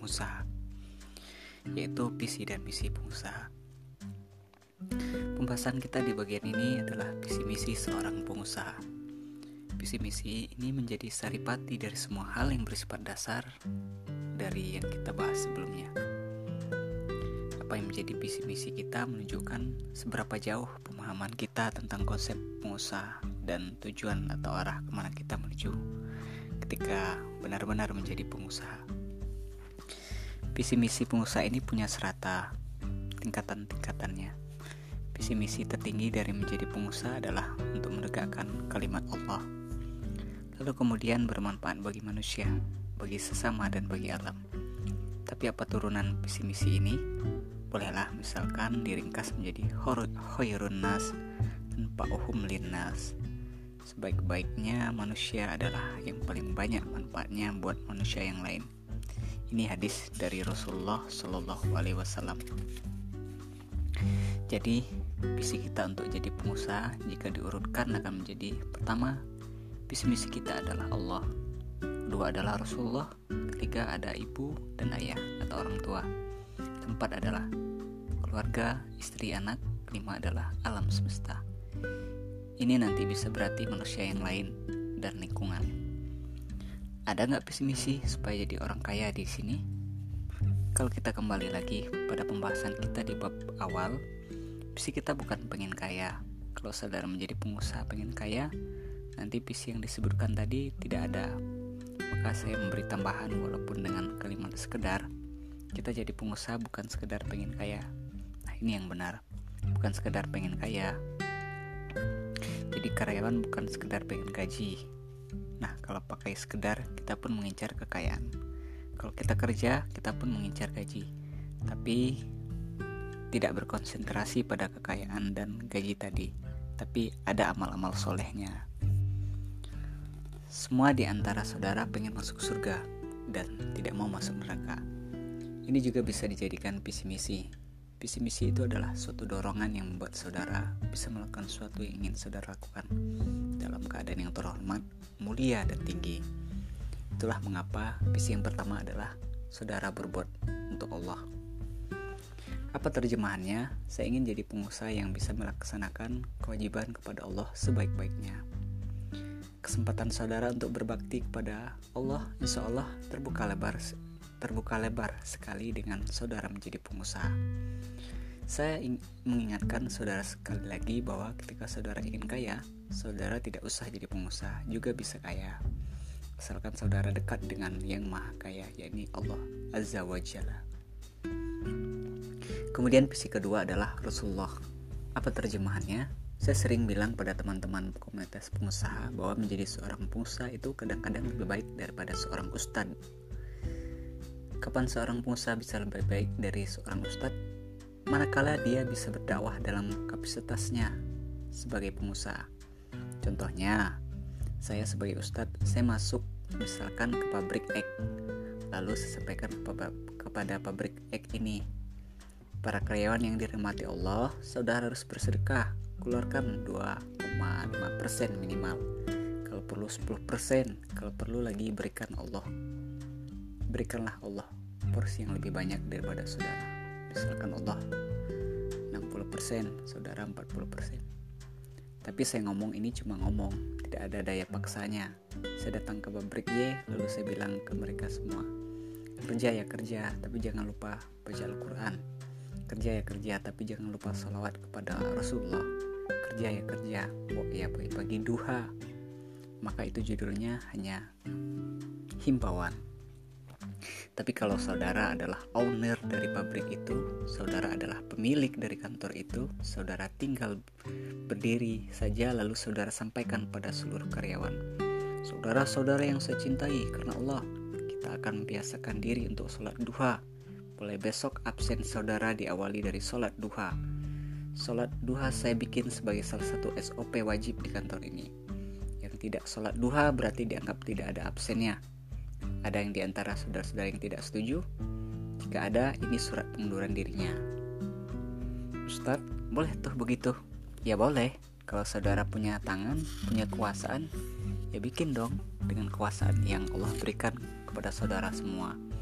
pengusaha, yaitu visi dan misi pengusaha. Pembahasan kita di bagian ini adalah visi misi seorang pengusaha. Visi misi ini menjadi saripati dari semua hal yang bersifat dasar dari yang kita bahas sebelumnya. Apa yang menjadi visi misi kita menunjukkan seberapa jauh pemahaman kita tentang konsep pengusaha dan tujuan atau arah kemana kita menuju ketika benar-benar menjadi pengusaha. Visi misi pengusaha ini punya serata tingkatan-tingkatannya. Visi misi tertinggi dari menjadi pengusaha adalah untuk menegakkan kalimat Allah, lalu kemudian bermanfaat bagi manusia, bagi sesama dan bagi alam. Tapi apa turunan visi misi ini? Bolehlah misalkan diringkas menjadi khairun nas dan fa'uhum linnas. Sebaik-baiknya manusia adalah yang paling banyak manfaatnya buat manusia yang lain. Ini hadis dari Rasulullah Shallallahu Alaihi Wasallam. Jadi visi kita untuk jadi pengusaha jika diurutkan akan menjadi: pertama, visi misi kita adalah Allah; kedua adalah Rasulullah; ketiga ada ibu dan ayah atau orang tua; keempat adalah keluarga, istri, anak; kelima adalah alam semesta. Ini nanti bisa berarti manusia yang lain dan lingkungan. Ada nggak visi misi supaya jadi orang kaya di sini? Kalau kita kembali lagi pada pembahasan kita di bab awal, visi kita bukan pengen kaya. Kalau saudara menjadi pengusaha pengen kaya, nanti visi yang disebutkan tadi tidak ada. Maka saya memberi tambahan walaupun dengan kalimat sekedar. Kita jadi pengusaha bukan sekedar pengen kaya. Nah, ini yang benar. Bukan sekedar pengen kaya. Jadi karyawan bukan sekedar pengen gaji. Nah, kalau pakai sekedar, kita pun mengincar kekayaan. Kalau kita kerja, kita pun mengincar gaji. Tapi tidak berkonsentrasi pada kekayaan dan gaji tadi. Tapi ada amal-amal solehnya. Semua di antara saudara pengen masuk surga dan tidak mau masuk neraka. Ini juga bisa dijadikan visi misi. Visi misi itu adalah suatu dorongan yang membuat saudara bisa melakukan sesuatu yang ingin saudara lakukan dalam keadaan yang terhormat, mulia, dan tinggi. Itulah mengapa visi yang pertama adalah saudara berbuat untuk Allah. Apa terjemahannya? Saya ingin jadi pengusaha yang bisa melaksanakan kewajiban kepada Allah sebaik-baiknya. Kesempatan saudara untuk berbakti kepada Allah insya Allah terbuka lebar sekali dengan saudara menjadi pengusaha. Saya mengingatkan saudara sekali lagi bahwa ketika saudara ingin kaya, saudara tidak usah jadi pengusaha, juga bisa kaya. Asalkan saudara dekat dengan yang maha kaya, yakni Allah Azza wa Jalla. Kemudian visi kedua adalah Rasulullah. Apa terjemahannya? Saya sering bilang pada teman-teman komunitas pengusaha bahwa menjadi seorang pengusaha itu kadang-kadang lebih baik daripada seorang ustadz. Kapan seorang pengusaha bisa lebih baik dari seorang ustadz? Manakala dia bisa berdakwah dalam kapasitasnya sebagai pengusaha. Contohnya, saya sebagai ustadz, saya masuk misalkan ke pabrik X. Lalu saya sampaikan kepada pabrik X ini, para karyawan yang dirahmati Allah, saudara harus bersedekah. Keluarkan 2,5% minimal. Kalau perlu 10%, kalau perlu lagi berikanlah Allah porsi yang lebih banyak daripada saudara. Misalkan Allah 60%, saudara 40%. Tapi saya ngomong ini cuma ngomong, tidak ada daya paksanya. Saya datang ke pabrik Y, lalu saya bilang ke mereka semua, kerja ya kerja, tapi jangan lupa baca Al-Quran. Kerja ya kerja, tapi jangan lupa salawat kepada Rasulullah. Kerja ya kerja, ya pagi duha. Maka itu judulnya hanya himbauan. Tapi kalau saudara adalah owner dari pabrik itu, saudara adalah pemilik dari kantor itu, saudara tinggal berdiri saja lalu saudara sampaikan pada seluruh karyawan, saudara-saudara yang saya cintai karena Allah, kita akan membiasakan diri untuk sholat duha. Mulai besok absen saudara diawali dari sholat duha. Sholat duha saya bikin sebagai salah satu SOP wajib di kantor ini. Yang tidak sholat duha berarti dianggap tidak ada absennya. Ada yang diantara saudara-saudara yang tidak setuju? Jika ada, ini surat pengunduran dirinya. Ustadz, boleh tuh begitu? Ya boleh. Kalau saudara punya tangan, punya kekuasaan, ya bikin dong dengan kekuasaan yang Allah berikan kepada saudara semua.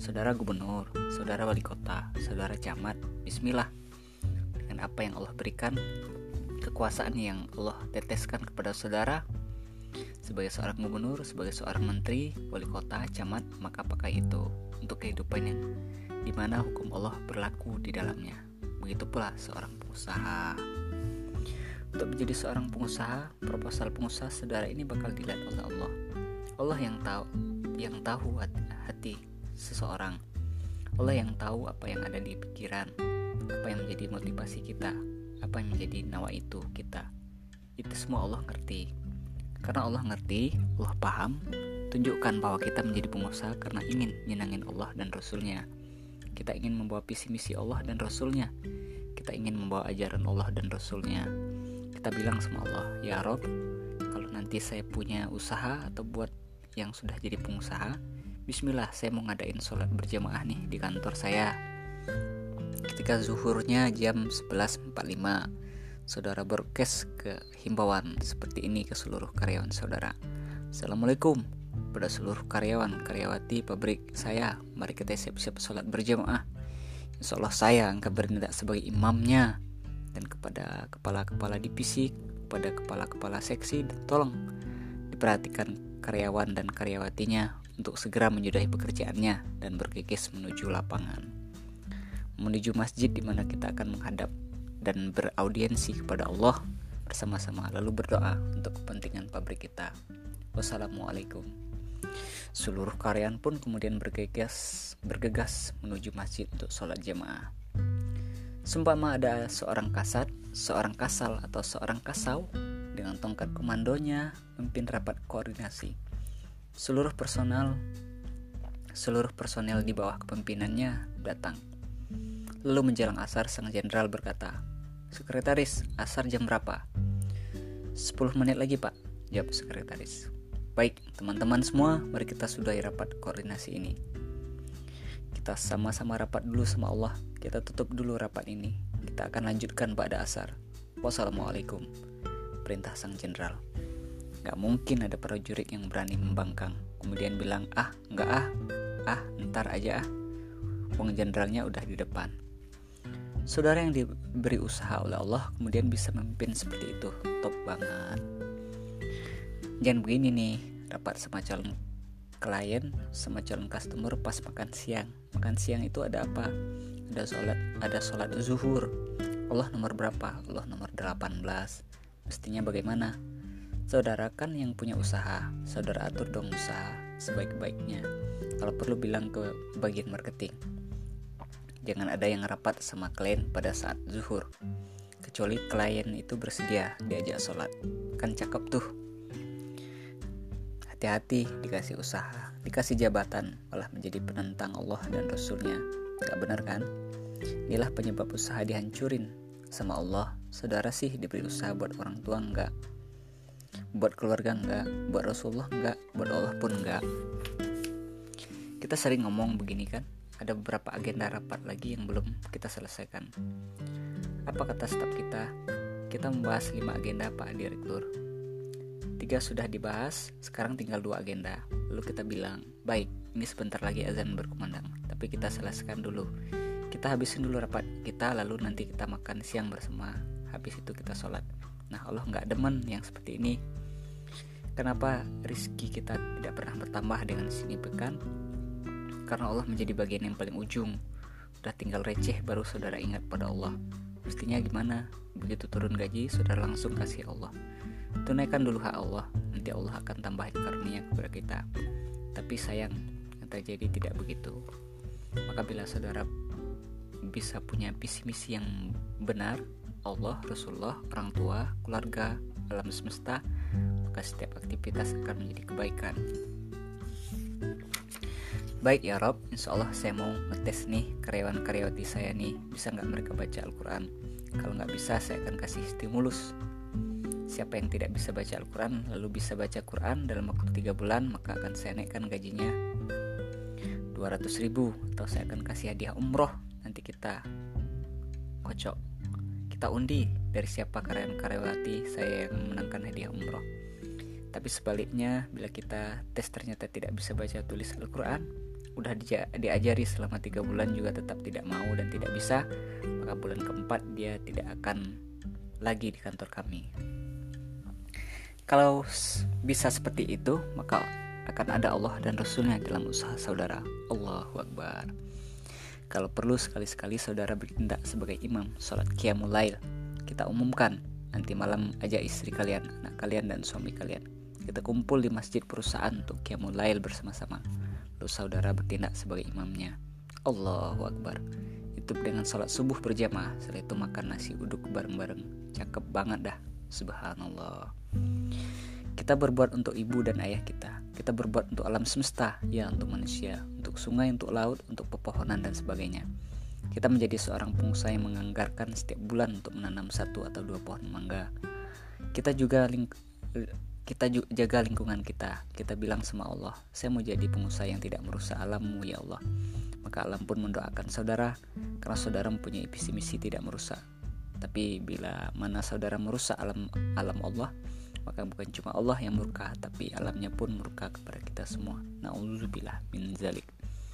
saudara gubernur, saudara wali kota, saudara camat, bismillah. Dengan apa yang Allah berikan, kekuasaan yang Allah teteskan kepada saudara sebagai seorang gubernur, sebagai seorang menteri, wali kota, camat, maka pakai itu untuk kehidupan yang dimana hukum Allah berlaku di dalamnya. Begitu pula seorang pengusaha. Untuk menjadi seorang pengusaha, proposal pengusaha saudara ini bakal dilihat oleh Allah. Allah yang tahu hati seseorang. Allah yang tahu apa yang ada di pikiran, apa yang menjadi motivasi kita, apa yang menjadi nawaitu kita. Itu semua Allah ngerti. Karena Allah ngerti, Allah paham, tunjukkan bahwa kita menjadi pengusaha karena ingin nyenangin Allah dan Rasul-Nya. Kita ingin membawa visi misi Allah dan Rasul-Nya. Kita ingin membawa ajaran Allah dan Rasul-Nya. Kita bilang sama Allah, ya Rob, kalau nanti saya punya usaha atau buat yang sudah jadi pengusaha, bismillah, saya mau ngadain sholat berjamaah nih di kantor saya. Ketika zuhurnya jam 11.45, saudara broadcast ke himbauan seperti ini ke seluruh karyawan saudara. Assalamualaikum pada seluruh karyawan karyawati pabrik saya, mari kita siap-siap sholat berjamaah. Insya Allah saya akan bertindak sebagai imamnya. Dan kepada kepala-kepala divisi, kepada kepala-kepala seksi, tolong diperhatikan karyawan dan karyawatinya untuk segera menyudahi pekerjaannya dan bergegas menuju lapangan, menuju masjid di mana kita akan menghadap dan beraudiensi kepada Allah bersama-sama, lalu berdoa untuk kepentingan pabrik kita. Wassalamualaikum. Seluruh karyawan pun kemudian bergegas menuju masjid untuk sholat jamaah. Seumpama ada seorang kasal atau seorang kasau dengan tongkat komandonya memimpin rapat koordinasi. Seluruh personel di bawah kepemimpinannya datang. Lalu menjelang asar, sang jenderal berkata, "Sekretaris, asar jam berapa?" 10 menit lagi, Pak, jawab sekretaris. Baik, teman-teman semua, mari kita sudahi rapat koordinasi ini. Kita sama-sama rapat dulu sama Allah. Kita tutup dulu rapat ini. Kita akan lanjutkan pada asar. Wassalamualaikum, perintah sang jenderal. Gak mungkin ada prajurit yang berani membangkang kemudian bilang, ntar aja wong jenderalnya udah di depan. Saudara yang diberi usaha oleh Allah kemudian bisa memimpin seperti itu. Top banget. Jangan begini nih, rapat sama calon klien, sama calon customer pas makan siang. Makan siang itu ada apa? Ada sholat zuhur. Allah nomor berapa? Allah nomor 18. Mestinya bagaimana? Saudara kan yang punya usaha, saudara atur dong usaha sebaik-baiknya. Kalau perlu bilang ke bagian marketing, jangan ada yang rapat sama klien pada saat zuhur, kecuali klien itu bersedia diajak sholat. Kan cakep tuh. Hati-hati dikasih usaha, dikasih jabatan, malah menjadi penentang Allah dan Rasul-Nya. Gak benar kan? Inilah penyebab usaha dihancurin sama Allah. Saudara sih diberi usaha buat orang tua enggak, buat keluarga enggak, buat Rasulullah enggak, buat Allah pun enggak. Kita sering ngomong begini kan, ada beberapa agenda rapat lagi yang belum kita selesaikan. Apa kata staf kita? Kita membahas 5 agenda Pak Direktur. 3 sudah dibahas, sekarang tinggal 2 agenda. Lalu kita bilang, baik, ini sebentar lagi azan berkumandang, tapi kita selesaikan dulu. Kita habisin dulu rapat kita, lalu nanti kita makan siang bersama. Habis itu kita sholat. Nah, Allah gak demen yang seperti ini. Kenapa rizki kita tidak pernah bertambah dengan signifikan? Karena Allah menjadi bagian yang paling ujung. Udah tinggal receh baru saudara ingat pada Allah. Mestinya gimana? Begitu turun gaji, saudara langsung kasih Allah. Tunaikan dulu hak Allah, nanti Allah akan tambahin karunia kepada kita. Tapi sayang, yang terjadi tidak begitu. Maka bila saudara bisa punya visi misi yang benar, Allah, Rasulullah, orang tua, keluarga, alam semesta, maka setiap aktivitas akan menjadi kebaikan. Baik ya Rob, insya Allah saya mau ngetes nih karyawan-karyawati saya nih, bisa gak mereka baca Al-Quran? Kalau gak bisa, saya akan kasih stimulus. Siapa yang tidak bisa baca Al-Quran lalu bisa baca Quran dalam waktu 3 bulan, maka akan saya naikkan gajinya 200.000, atau saya akan kasih hadiah umroh. Nanti kita kocok, kita undi dari siapa karyawan-karyawati saya yang menangkan hadiah umroh. Tapi sebaliknya, bila kita tes ternyata tidak bisa baca tulis Al-Quran, udah diajari selama 3 bulan juga tetap tidak mau dan tidak bisa, maka bulan keempat dia tidak akan lagi di kantor kami. Kalau bisa seperti itu, maka akan ada Allah dan Rasulnya dalam usaha saudara. Allahu Akbar. Kalau perlu sekali-sekali saudara bertindak sebagai imam sholat qiyamul lail. Kita umumkan, nanti malam ajak istri kalian, anak kalian dan suami kalian. Kita kumpul di masjid perusahaan untuk qiyamul lail bersama-sama. Lalu saudara bertindak sebagai imamnya. Allahu Akbar. Itu dengan sholat subuh berjamaah. Setelah itu makan nasi uduk bareng-bareng. Cakep banget dah. Subhanallah. Kita berbuat untuk ibu dan ayah kita. Kita berbuat untuk alam semesta, ya, untuk manusia, untuk sungai, untuk laut, untuk pepohonan dan sebagainya. Kita menjadi seorang pengusaha yang menganggarkan setiap bulan untuk menanam 1 atau 2 pohon mangga. Kita jaga lingkungan kita. Kita bilang sama Allah, saya mau jadi pengusaha yang tidak merusak alammu, ya Allah. Maka alam pun mendoakan saudara, karena saudara mempunyai visi misi tidak merusak. Tapi bila mana saudara merusak alam Allah, maka bukan cuma Allah yang murka, tapi alamnya pun murka kepada kita semua. Na'udzubillah min zalik.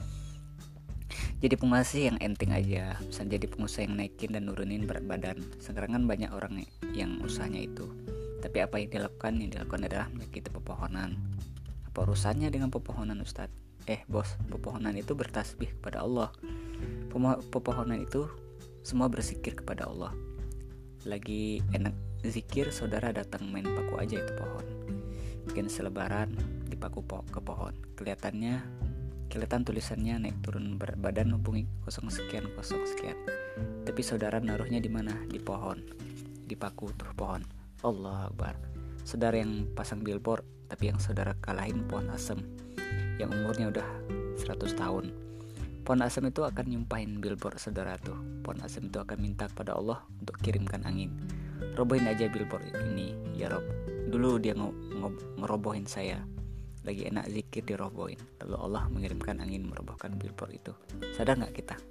Jadi pengusaha yang enteng aja, bisa jadi pengusaha yang naikin dan nurunin berat badan. Sekarang kan banyak orang yang usahanya itu. Tapi apa yang dilakukan? Yang dilakukan adalah menyakiti pepohonan. Apa urusannya dengan pepohonan, Ustadz? Bos, pepohonan itu bertasbih kepada Allah. Pepohonan itu semua berzikir kepada Allah. Lagi enak zikir, saudara datang main paku aja itu pohon. Bikin selebaran dipaku ke pohon. Kelihatan tulisannya naik turun berat badan hubungi 0 sekian. Tapi saudara naruhnya di mana? Di pohon. Dipaku tuh pohon. Allah Akbar. Saudara yang pasang billboard, tapi yang saudara kalahin pohon asem yang umurnya udah 100 tahun. Pohon asem itu akan nyumpahin billboard saudara tuh. Pohon asem itu akan minta kepada Allah untuk kirimkan angin. Robohin aja billboard ini, ya Rob. Dulu dia ngerobohin saya. Lagi enak zikir dirobohin. Lalu Allah mengirimkan angin merobohkan billboard itu. Sadar gak kita?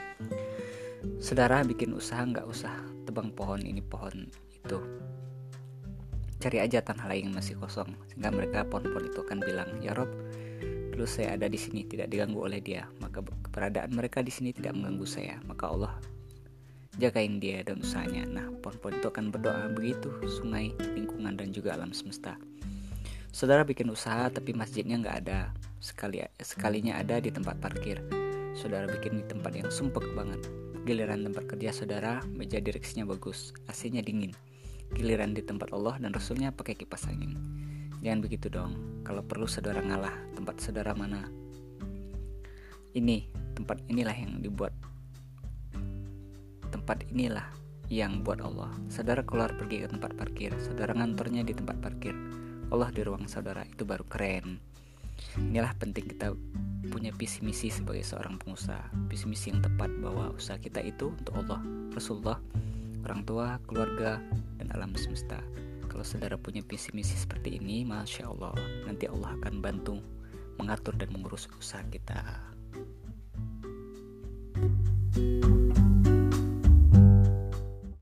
Saudara bikin usaha gak usah tebang pohon ini pohon itu. Cari aja tanah lain yang masih kosong, sehingga mereka pohon-pohon itu akan bilang, ya Rob, dulu saya ada di sini tidak diganggu oleh dia, maka keberadaan mereka di sini tidak mengganggu saya, maka Allah jagain dia dan usahanya. Nah, pohon-pohon itu akan berdoa begitu, sungai, lingkungan dan juga alam semesta. Saudara bikin usaha tapi masjidnya nggak ada, sekalinya ada di tempat parkir. Saudara bikin di tempat yang sumpek banget. Giliran tempat kerja saudara, meja direksinya bagus, AC-nya dingin. Giliran di tempat Allah dan Rasulnya pakai kipas angin. Jangan begitu dong. Kalau perlu saudara ngalah. Tempat saudara mana? Tempat inilah yang buat Allah. Saudara keluar pergi ke tempat parkir. Saudara ngantornya di tempat parkir. Allah di ruang saudara. Itu baru keren. Inilah penting kita punya visi misi sebagai seorang pengusaha. Visi misi yang tepat bahwa usaha kita itu untuk Allah, Rasulullah, orang tua, keluarga, dan alam semesta. Kalau saudara punya visi misi seperti ini, Masya Allah, nanti Allah akan bantu mengatur dan mengurus usaha kita.